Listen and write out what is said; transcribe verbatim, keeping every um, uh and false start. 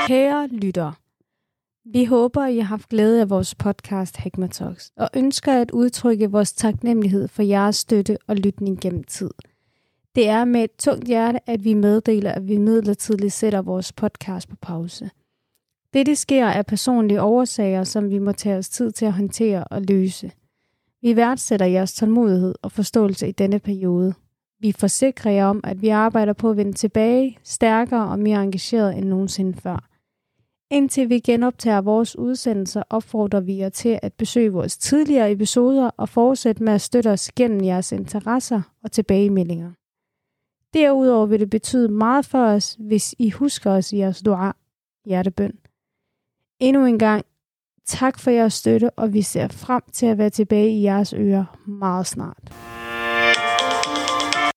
Kære lytter, vi håber, I har haft glæde af vores podcast Hekma Talks, og ønsker at udtrykke vores taknemmelighed for jeres støtte og lytning gennem tid. Det er med et tungt hjerte, at vi meddeler, at vi midlertidigt sætter vores podcast på pause. Dette sker af personlige årsager, som vi må tage os tid til at håndtere og løse. Vi værdsætter jeres tålmodighed og forståelse i denne periode. Vi forsikrer jer om, at vi arbejder på at vende tilbage, stærkere og mere engageret end nogensinde før. Indtil vi genoptager vores udsendelser, opfordrer vi jer til at besøge vores tidligere episoder og fortsætte med at støtte os gennem jeres interesser og tilbagemeldinger. Derudover vil det betyde meget for os, hvis I husker os i jeres dua, hjertebøn. Endnu en gang, tak for jeres støtte, og vi ser frem til at være tilbage i jeres ører meget snart.